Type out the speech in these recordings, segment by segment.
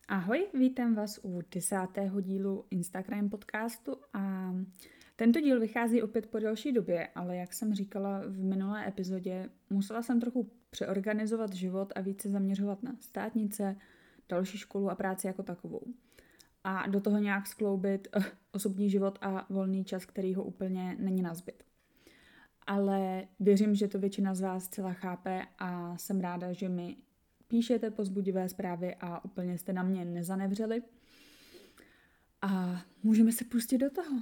Ahoj, vítám vás u 10. dílu Instagram podcastu a tento díl vychází opět po delší době, ale jak jsem říkala v minulé epizodě, musela jsem trochu přeorganizovat život a více zaměřovat na státnice, další školu a práci jako takovou. A do toho nějak skloubit osobní život a volný čas, který ho úplně není nazbyt. Ale věřím, že to většina z vás celá chápe a jsem ráda, že mi píšete povzbudivé zprávy a úplně jste na mě nezanevřeli. A můžeme se pustit do toho.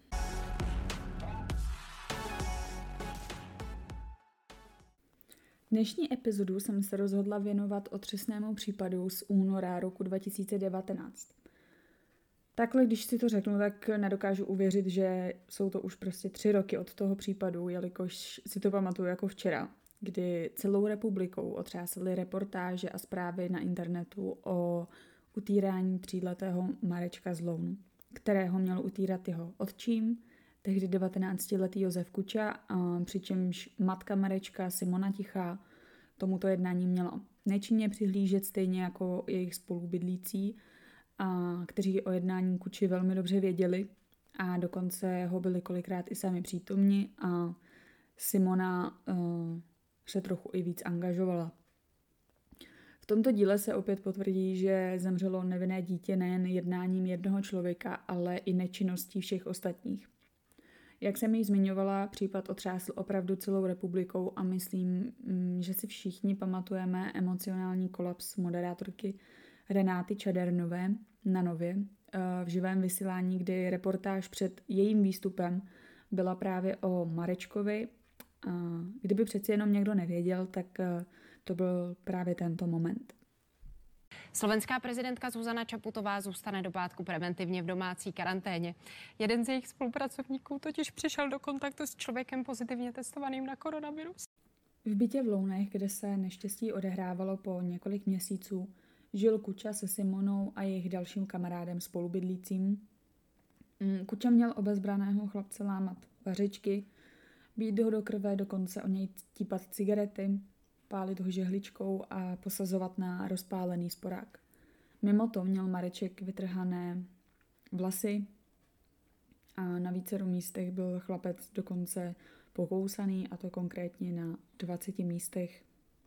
Dnešní epizodu jsem se rozhodla věnovat otřesnému případu z února roku 2019. Takhle, když si to řeknu, tak nedokážu uvěřit, že jsou to už prostě 3 roky od toho případu, jelikož si to pamatuju jako včera, kdy celou republikou otřásaly reportáže a zprávy na internetu o utírání 3letého Marečka z Lounu, kterého měl utírat jeho otčím, tehdy 19letý Josef Kuča, přičemž matka Marečka Simona Tichá tomuto jednání měla nečinně přihlížet stejně jako jejich spolubydlící, kteří o jednání Kuči velmi dobře věděli a dokonce ho byli kolikrát i sami přítomni a Simona se trochu i víc angažovala. V tomto díle se opět potvrdí, že zemřelo nevinné dítě nejen jednáním jednoho člověka, ale i nečinností všech ostatních. Jak jsem již zmiňovala, případ otřásl opravdu celou republikou a myslím, že si všichni pamatujeme emocionální kolaps moderátorky Renáty Čadernové na Nově v živém vysílání, kdy reportáž před jejím výstupem byla právě o Marečkovi. Kdyby přeci jenom někdo nevěděl, tak to byl právě tento moment. Slovenská prezidentka Zuzana Čaputová zůstane do pátku preventivně v domácí karanténě. Jeden z jejich spolupracovníků totiž přišel do kontaktu s člověkem pozitivně testovaným na koronavirus. V bytě v Lounech, kde se neštěstí odehrávalo po několik měsíců, žil Kuča se Simonou a jejich dalším kamarádem spolubydlícím. Kuča měl obezbraného chlapce lámat vařečky, bít ho do krve, dokonce o něj típat cigarety, pálit ho žehličkou a posazovat na rozpálený sporák. Mimo to měl Mareček vytrhané vlasy a na vícero místech byl chlapec dokonce pokousaný, a to konkrétně na 20 místech.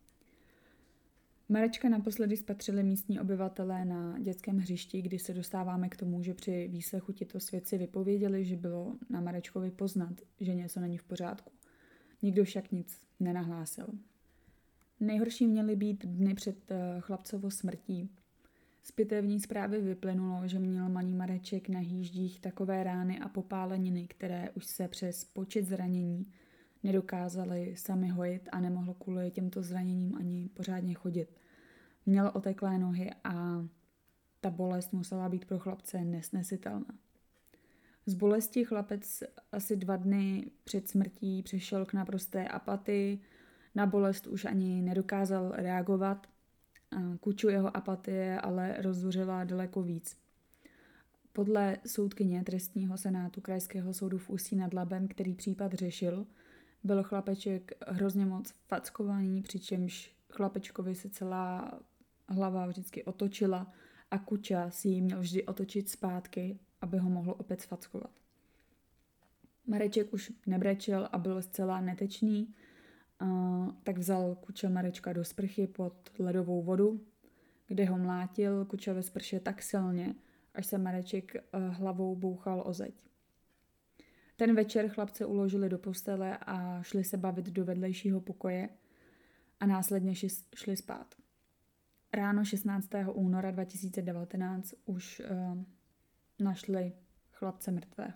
Marečka naposledy spatřili místní obyvatelé na dětském hřišti, kdy se dostáváme k tomu, že při výslechu tito svědci vypověděli, že bylo na Marečkovi poznat, že něco není v pořádku. Nikdo však nic nenahlásil. Nejhorší měly být dny před chlapcovou smrtí. Z pitevní zprávy vyplynulo, že měl malý Mareček na hýždích takové rány a popáleniny, které už se přes počet zranění nedokázaly sami hojit a nemohl kvůli těmto zraněním ani pořádně chodit. Měl oteklé nohy a ta bolest musela být pro chlapce nesnesitelná. Z bolesti chlapec asi 2 dny před smrtí přešel k naprosté apatii, na bolest už ani nedokázal reagovat. Kuču jeho apatie ale rozzuřila daleko víc. Podle soudkyně trestního senátu Krajského soudu v Ústí nad Labem, který případ řešil, byl chlapeček hrozně moc fackovaný, přičemž chlapečkovi se celá hlava vždycky otočila a Kuča si ji měl vždy otočit zpátky, aby ho mohl opět sfackovat. Mareček už nebrečel a byl zcela netečný, tak vzal Kuča Marečka do sprchy pod ledovou vodu, kde ho mlátil Kuča ve sprše tak silně, až se Mareček hlavou bouchal o zeď. Ten večer chlapce uložili do postele a šli se bavit do vedlejšího pokoje a následně šli spát. Ráno 16. února 2019 už našli chlapce mrtvého.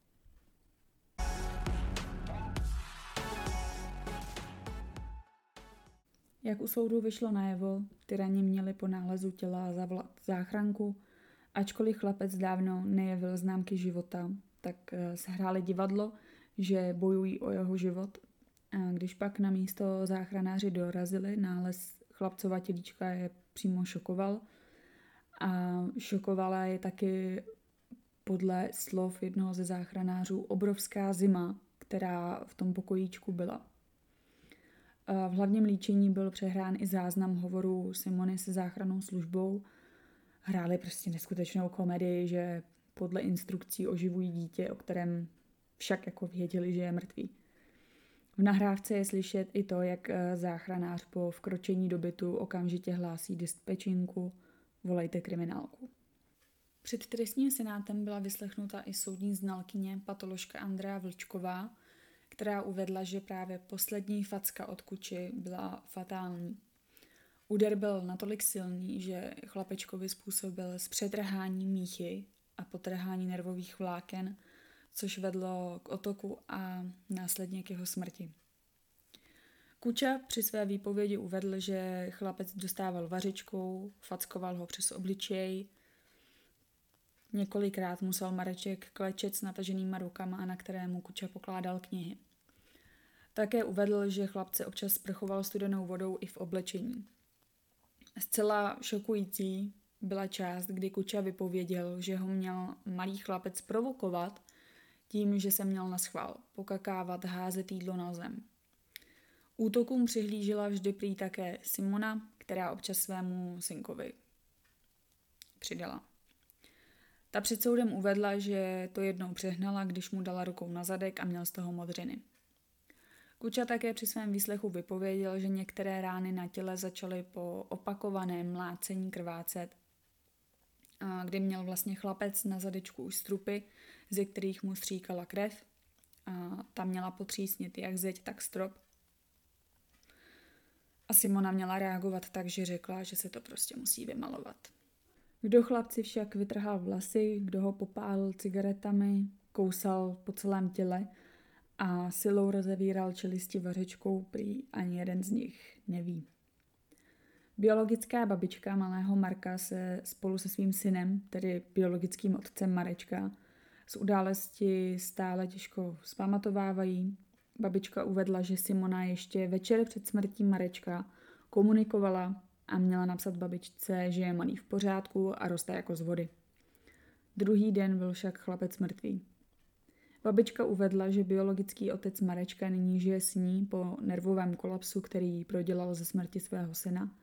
Jak u soudu vyšlo najevo, tyrani měli po nálezu těla zavolat záchranku, ačkoliv chlapec dávno nejevil známky života, tak se hráli divadlo, že bojují o jeho život. A když pak na místo záchranáři dorazili, nález chlapcova tělíčka je přímo šokoval. A šokovala je taky podle slov jednoho ze záchranářů obrovská zima, která v tom pokojíčku byla. V hlavním líčení byl přehrán i záznam hovoru Simony se záchrannou službou hráli prostě neskutečnou komedii, že podle instrukcí oživují dítě, o kterém však jako věděli, že je mrtvý. V nahrávce je slyšet i to, jak záchranář po vkročení do bytu okamžitě hlásí dispečinku, volejte kriminálku. Před trestním senátem byla vyslechnuta i soudní znalkyně patoložka Andrea Vlčková, která uvedla, že právě poslední facka od Kuči byla fatální. Úder byl natolik silný, že chlapečkovi způsobil zpřetrhání míchy a potrhání nervových vláken, což vedlo k otoku a následně k jeho smrti. Kuča při své výpovědi uvedl, že chlapec dostával vařičkou, fackoval ho přes obličej, několikrát musel Mareček klečet s nataženýma rukama, na kterému Kuča pokládal knihy. Také uvedl, že chlapce občas sprchoval studenou vodou i v oblečení. Zcela šokující byla část, kdy Kuča vypověděl, že ho měl malý chlapec provokovat tím, že se měl naschvál pokakávat, házet jídlo na zem. Útokům přihlížela vždy prý také Simona, která občas svému synkovi přidala. Ta před soudem uvedla, že to jednou přehnala, když mu dala rukou na zadek a měl z toho modřiny. Kuča také při svém výslechu vypověděl, že některé rány na těle začaly po opakovaném mlácení krvácet, kdy měl vlastně chlapec na zadečku už strupy, ze kterých mu stříkala krev a ta měla potřísnit jak zeď, tak strop. A Simona měla reagovat tak, že řekla, že se to prostě musí vymalovat. Kdo chlapci však vytrhal vlasy, kdo ho popálil cigaretami, kousal po celém těle a silou rozevíral čelisti vařečkou, prý ani jeden z nich neví. Biologická babička malého Marka se spolu se svým synem, tedy biologickým otcem Marečka, z události stále těžko vzpamatovávají. Babička uvedla, že Simona ještě večer před smrtí Marečka komunikovala a měla napsat babičce, že je malý v pořádku a roste jako z vody. Druhý den byl však chlapec mrtvý. Babička uvedla, že biologický otec Marečka nyní žije s ní po nervovém kolapsu, který prodělal ze smrti svého syna.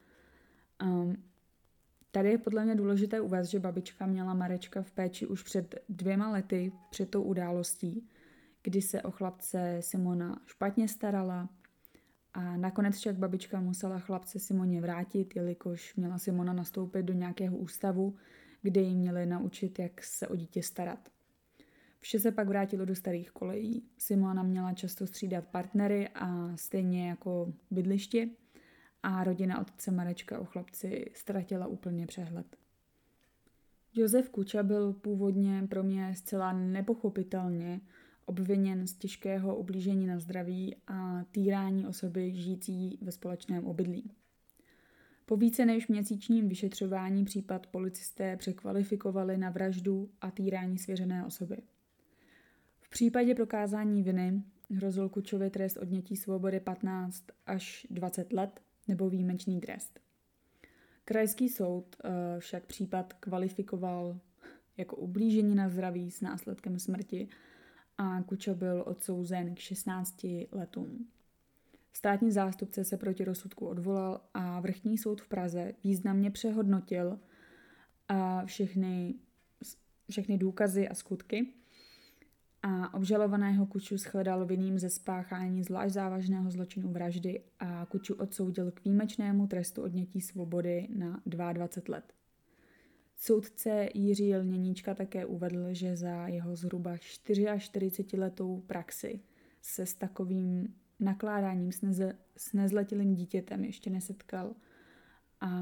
Tady je podle mě důležité uvést, že babička měla Marečka v péči už před 2 lety před tou událostí, kdy se o chlapce Simona špatně starala a nakonec však babička musela chlapce Simoně vrátit, jelikož měla Simona nastoupit do nějakého ústavu, kde ji měli naučit, jak se o dítě starat. Vše se pak vrátilo do starých kolejí. Simona měla často střídat partnery a stejně jako bydliště a rodina otce Marečka o chlapci ztratila úplně přehled. Josef Kuča byl původně pro mě zcela nepochopitelně obviněn z těžkého ublížení na zdraví a týrání osoby žijící ve společném obydlí. Po více než měsíčním vyšetřování případ policisté překvalifikovali na vraždu a týrání svěřené osoby. V případě prokázání viny hrozil Kučovi trest odnětí svobody 15 až 20 let nebo výjimečný trest. Krajský soud však případ kvalifikoval jako ublížení na zdraví s následkem smrti a Kuča byl odsouzen k 16 letům. Státní zástupce se proti rozsudku odvolal a vrchní soud v Praze významně přehodnotil všechny důkazy a skutky a obžalovaného Kuču shledal vinným ze spáchání zvlášť závažného zločinu vraždy a Kuču odsoudil k výjimečnému trestu odnětí svobody na 22 let. Soudce Jiří Jelněníčka také uvedl, že za jeho zhruba 44letou praxi se s takovým nakládáním s nezletilým dítětem ještě nesetkal a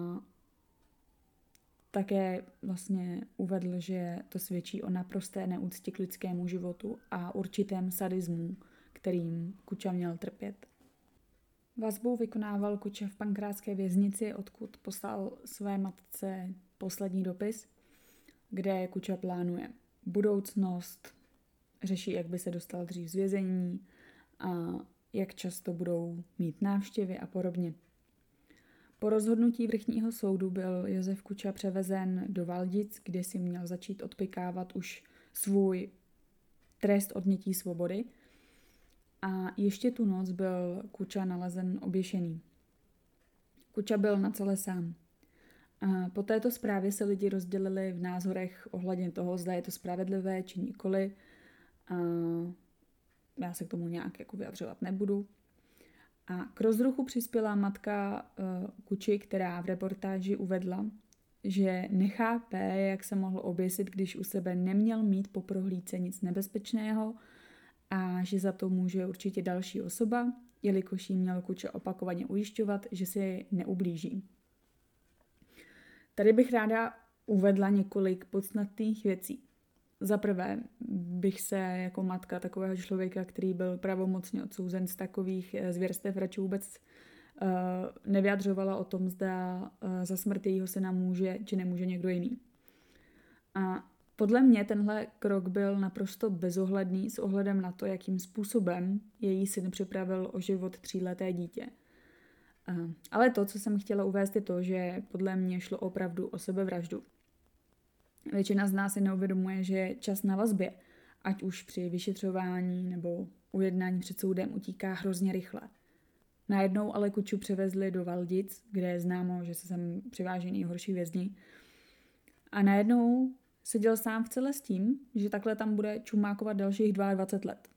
také vlastně uvedl, že to svědčí o naprosté neúctě k lidskému životu a určitém sadismu, kterým Kuča měl trpět. Vazbu vykonával Kuča v Pankrátské věznici, odkud poslal své matce poslední dopis, kde Kuča plánuje budoucnost, řeší, jak by se dostal dřív z vězení a jak často budou mít návštěvy a podobně. Po rozhodnutí vrchního soudu byl Josef Kuča převezen do Valdic, kde si měl začít odpikávat už svůj trest odnětí svobody a ještě tu noc byl Kuča nalezen oběšený. Kuča byl na celé sám A po této zprávě se lidi rozdělili v názorech ohledně toho, zda je to spravedlivé či nikoli. A já se k tomu nějak jako vyjadřovat nebudu. A k rozruchu přispěla matka Kuči, která v reportáži uvedla, že nechápe, jak se mohl oběsit, když u sebe neměl mít po prohlídce nic nebezpečného a že za to může určitě další osoba, jelikož jí měl Kuča opakovaně ujišťovat, že si neublíží. Tady bych ráda uvedla několik podstatných věcí. Za prvé bych se jako matka takového člověka, který byl pravomocně odsouzen z takových zvěrstev, radši vůbec nevyjadřovala o tom, zda za smrt jejího syna může či nemůže někdo jiný. A podle mě tenhle krok byl naprosto bezohledný s ohledem na to, jakým způsobem její syn připravil o život 3leté dítě. Ale to, co jsem chtěla uvést, je to, že podle mě šlo opravdu o sebevraždu. Většina z nás si neuvědomuje, že čas na vazbě, ať už při vyšetřování nebo ujednání před soudem, utíká hrozně rychle. Najednou ale Kuču převezli do Valdic, kde je známo, že se sem přiváží nejhorší vězni. A najednou seděl sám v cele s tím, že takhle tam bude čumákovat dalších 22 let.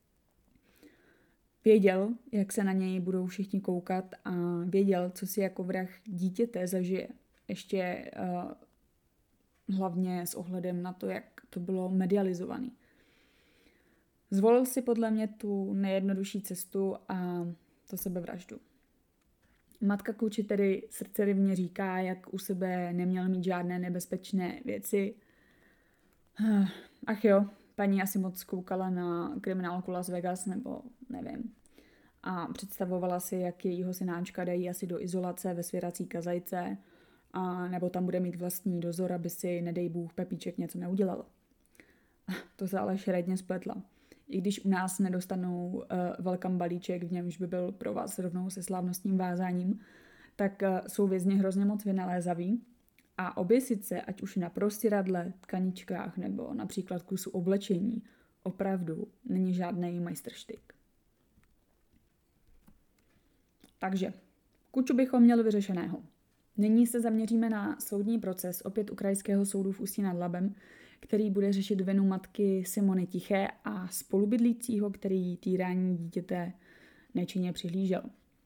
Věděl, jak se na něj budou všichni koukat a věděl, co si jako vrah dítěte zažije. Ještě hlavně s ohledem na to, jak to bylo medializované. Zvolil si podle mě tu nejjednodušší cestu a to sebevraždu. Matka Kuči tedy srdcerivně říká, jak u sebe neměl mít žádné nebezpečné věci. Ach jo, paní asi moc koukala na kriminálku Las Vegas, nebo nevím. A představovala si, jak jejího synáčka dají asi do izolace ve svěrací kazajce, a nebo tam bude mít vlastní dozor, aby si, nedej Bůh, Pepíček něco neudělal. To se ale šeredně spletla. I když u nás nedostanou welcome balíček, v němž by byl pro vás rovnou se slavnostním vázáním, tak jsou vězni hrozně moc vynalézaví a oběsit se, ať už na prostěradle, tkaničkách nebo například kusu oblečení, opravdu není žádný majstrštyk. Takže, Kuču bychom měli vyřešeného. Nyní se zaměříme na soudní proces opět u Krajského soudu v Ústí nad Labem, který bude řešit vinu matky Simony Tiché a spolubydlícího, který týrání dítěte nečinně přihlížel.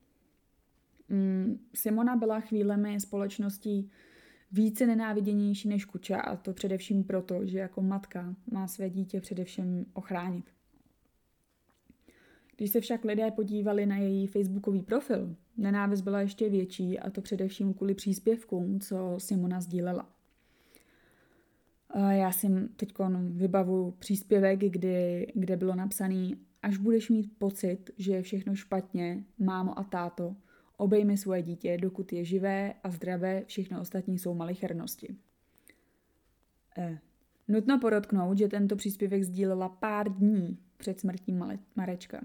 Simona byla chvílemi společností více nenáviděnější než Kuča, a to především proto, že jako matka má své dítě především ochránit. Když se však lidé podívali na její facebookový profil, nenávist byla ještě větší, a to především kvůli příspěvkům, co Simona sdílela. Já si teď vybavuju příspěvek, kde bylo napsané: až budeš mít pocit, že je všechno špatně, mámo a táto, obejmi svoje dítě, dokud je živé a zdravé, všechno ostatní jsou malichernosti. Nutno podotknout, že tento příspěvek sdílela pár dní před smrtí Marečka.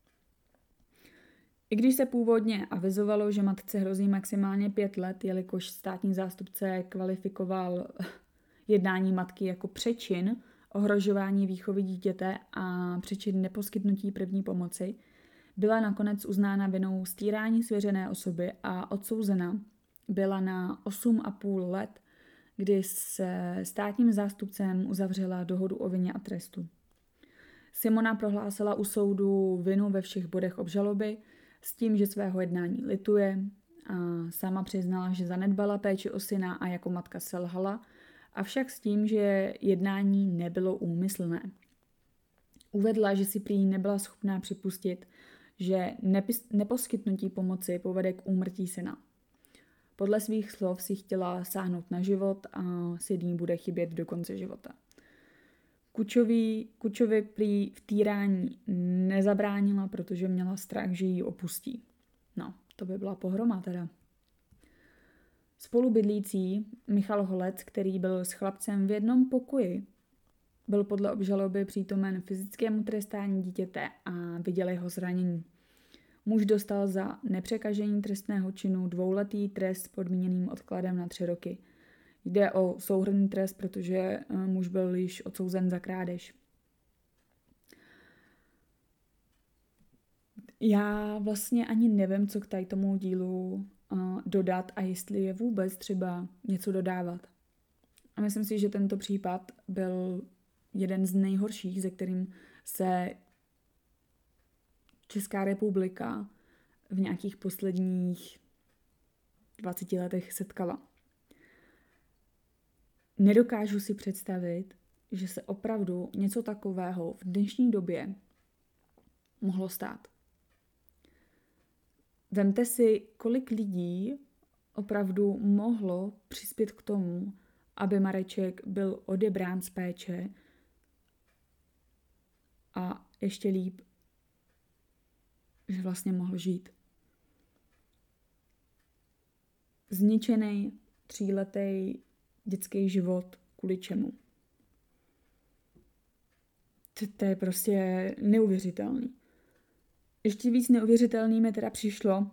I když se původně avizovalo, že matce hrozí maximálně 5 let, jelikož státní zástupce kvalifikoval jednání matky jako přečin ohrožování výchovy dítěte a přečin neposkytnutí první pomoci, byla nakonec uznána vinou stírání svěřené osoby a odsouzena byla na 8,5 let, kdy se státním zástupcem uzavřela dohodu o vině a trestu. Simona prohlásila u soudu vinu ve všech bodech obžaloby s tím, že svého jednání lituje, a sama přiznala, že zanedbala péči o syna a jako matka selhala, avšak s tím, že jednání nebylo úmyslné. Uvedla, že si prý nebyla schopná připustit, že neposkytnutí pomoci povede k úmrtí syna. Podle svých slov si chtěla sáhnout na život a syn jí bude chybět do konce života. Kučovi prý v týrání nezabránila, protože měla strach, že ji opustí. No, to by byla pohroma teda. Spolubydlící Michal Holec, který byl s chlapcem v jednom pokoji, byl podle obžaloby přítomen fyzickému trestání dítěte a viděl jeho zranění. Muž dostal za nepřekažení trestného činu 2letý trest s podmíněným odkladem na 3 roky. Jde o souhrnný trest, protože muž byl již odsouzen za krádež. Já vlastně ani nevím, co k tady tomu dílu dodat a jestli je vůbec třeba něco dodávat. A myslím si, že tento případ byl jeden z nejhorších, se kterým se Česká republika v nějakých posledních 20 letech setkala. Nedokážu si představit, že se opravdu něco takového v dnešní době mohlo stát. Vemte si, kolik lidí opravdu mohlo přispět k tomu, aby Mareček byl odebrán z péče a ještě líp, že vlastně mohl žít. Zničený 3letý dětský život kvůli čemu? To je prostě neuvěřitelný. Ještě víc neuvěřitelný mi teda přišlo,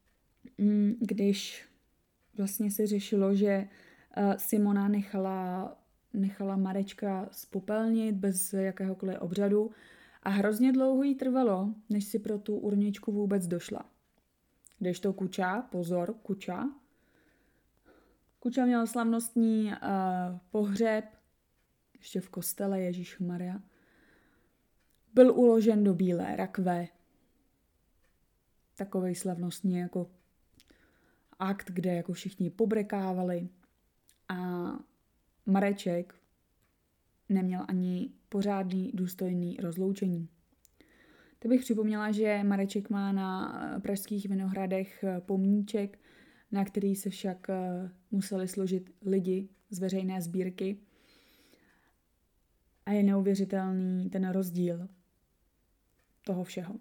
když vlastně se řešilo, že Simona nechala Marečka spopelnit bez jakéhokoliv obřadu a hrozně dlouho jí trvalo, než si pro tu urničku vůbec došla. Kdežto Kuča, pozor, Kuča měl slavnostní pohřeb, ještě v kostele Ježíšmarja. Byl uložen do bílé rakve. Takovej slavnostní jako akt, kde jako všichni pobrekávali. A Mareček neměl ani pořádný důstojný rozloučení. To bych připomněla, že Mareček má na pražských Vinohradech pomníček, na který se však museli složit lidi z veřejné sbírky. A je neuvěřitelný ten rozdíl toho všeho.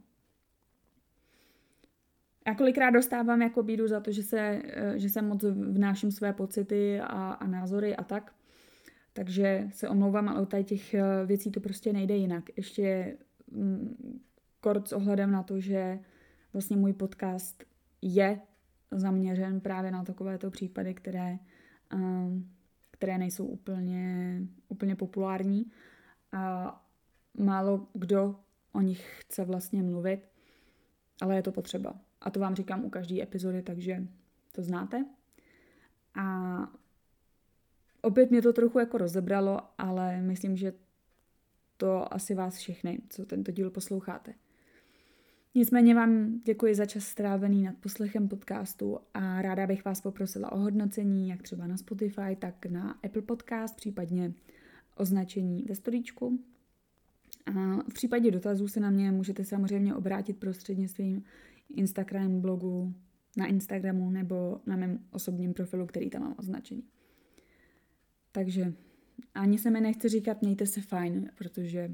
Já kolikrát dostávám jako bídu za to, že se moc vnáším své pocity a názory a tak. Takže se omlouvám, ale od těch věcí to prostě nejde jinak. Ještě kort s ohledem na to, že vlastně můj podcast je zaměřen právě na takovéto případy, které nejsou úplně populární. A málo kdo o nich chce vlastně mluvit, ale je to potřeba. A to vám říkám u každé epizody, takže to znáte. A opět mě to trochu jako rozebralo, ale myslím, že to asi vás všechny, co tento díl posloucháte. Nicméně vám děkuji za čas strávený nad poslechem podcastu a ráda bych vás poprosila o hodnocení, jak třeba na Spotify, tak na Apple Podcast, případně označení ve storíčku. A v případě dotazů se na mě můžete samozřejmě obrátit prostřednictvím Instagram blogu na Instagramu nebo na mém osobním profilu, který tam mám označený. Takže ani se mi nechce říkat mějte se fajn, protože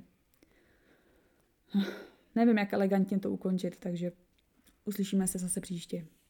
nevím, jak elegantně to ukončit, takže uslyšíme se zase příště.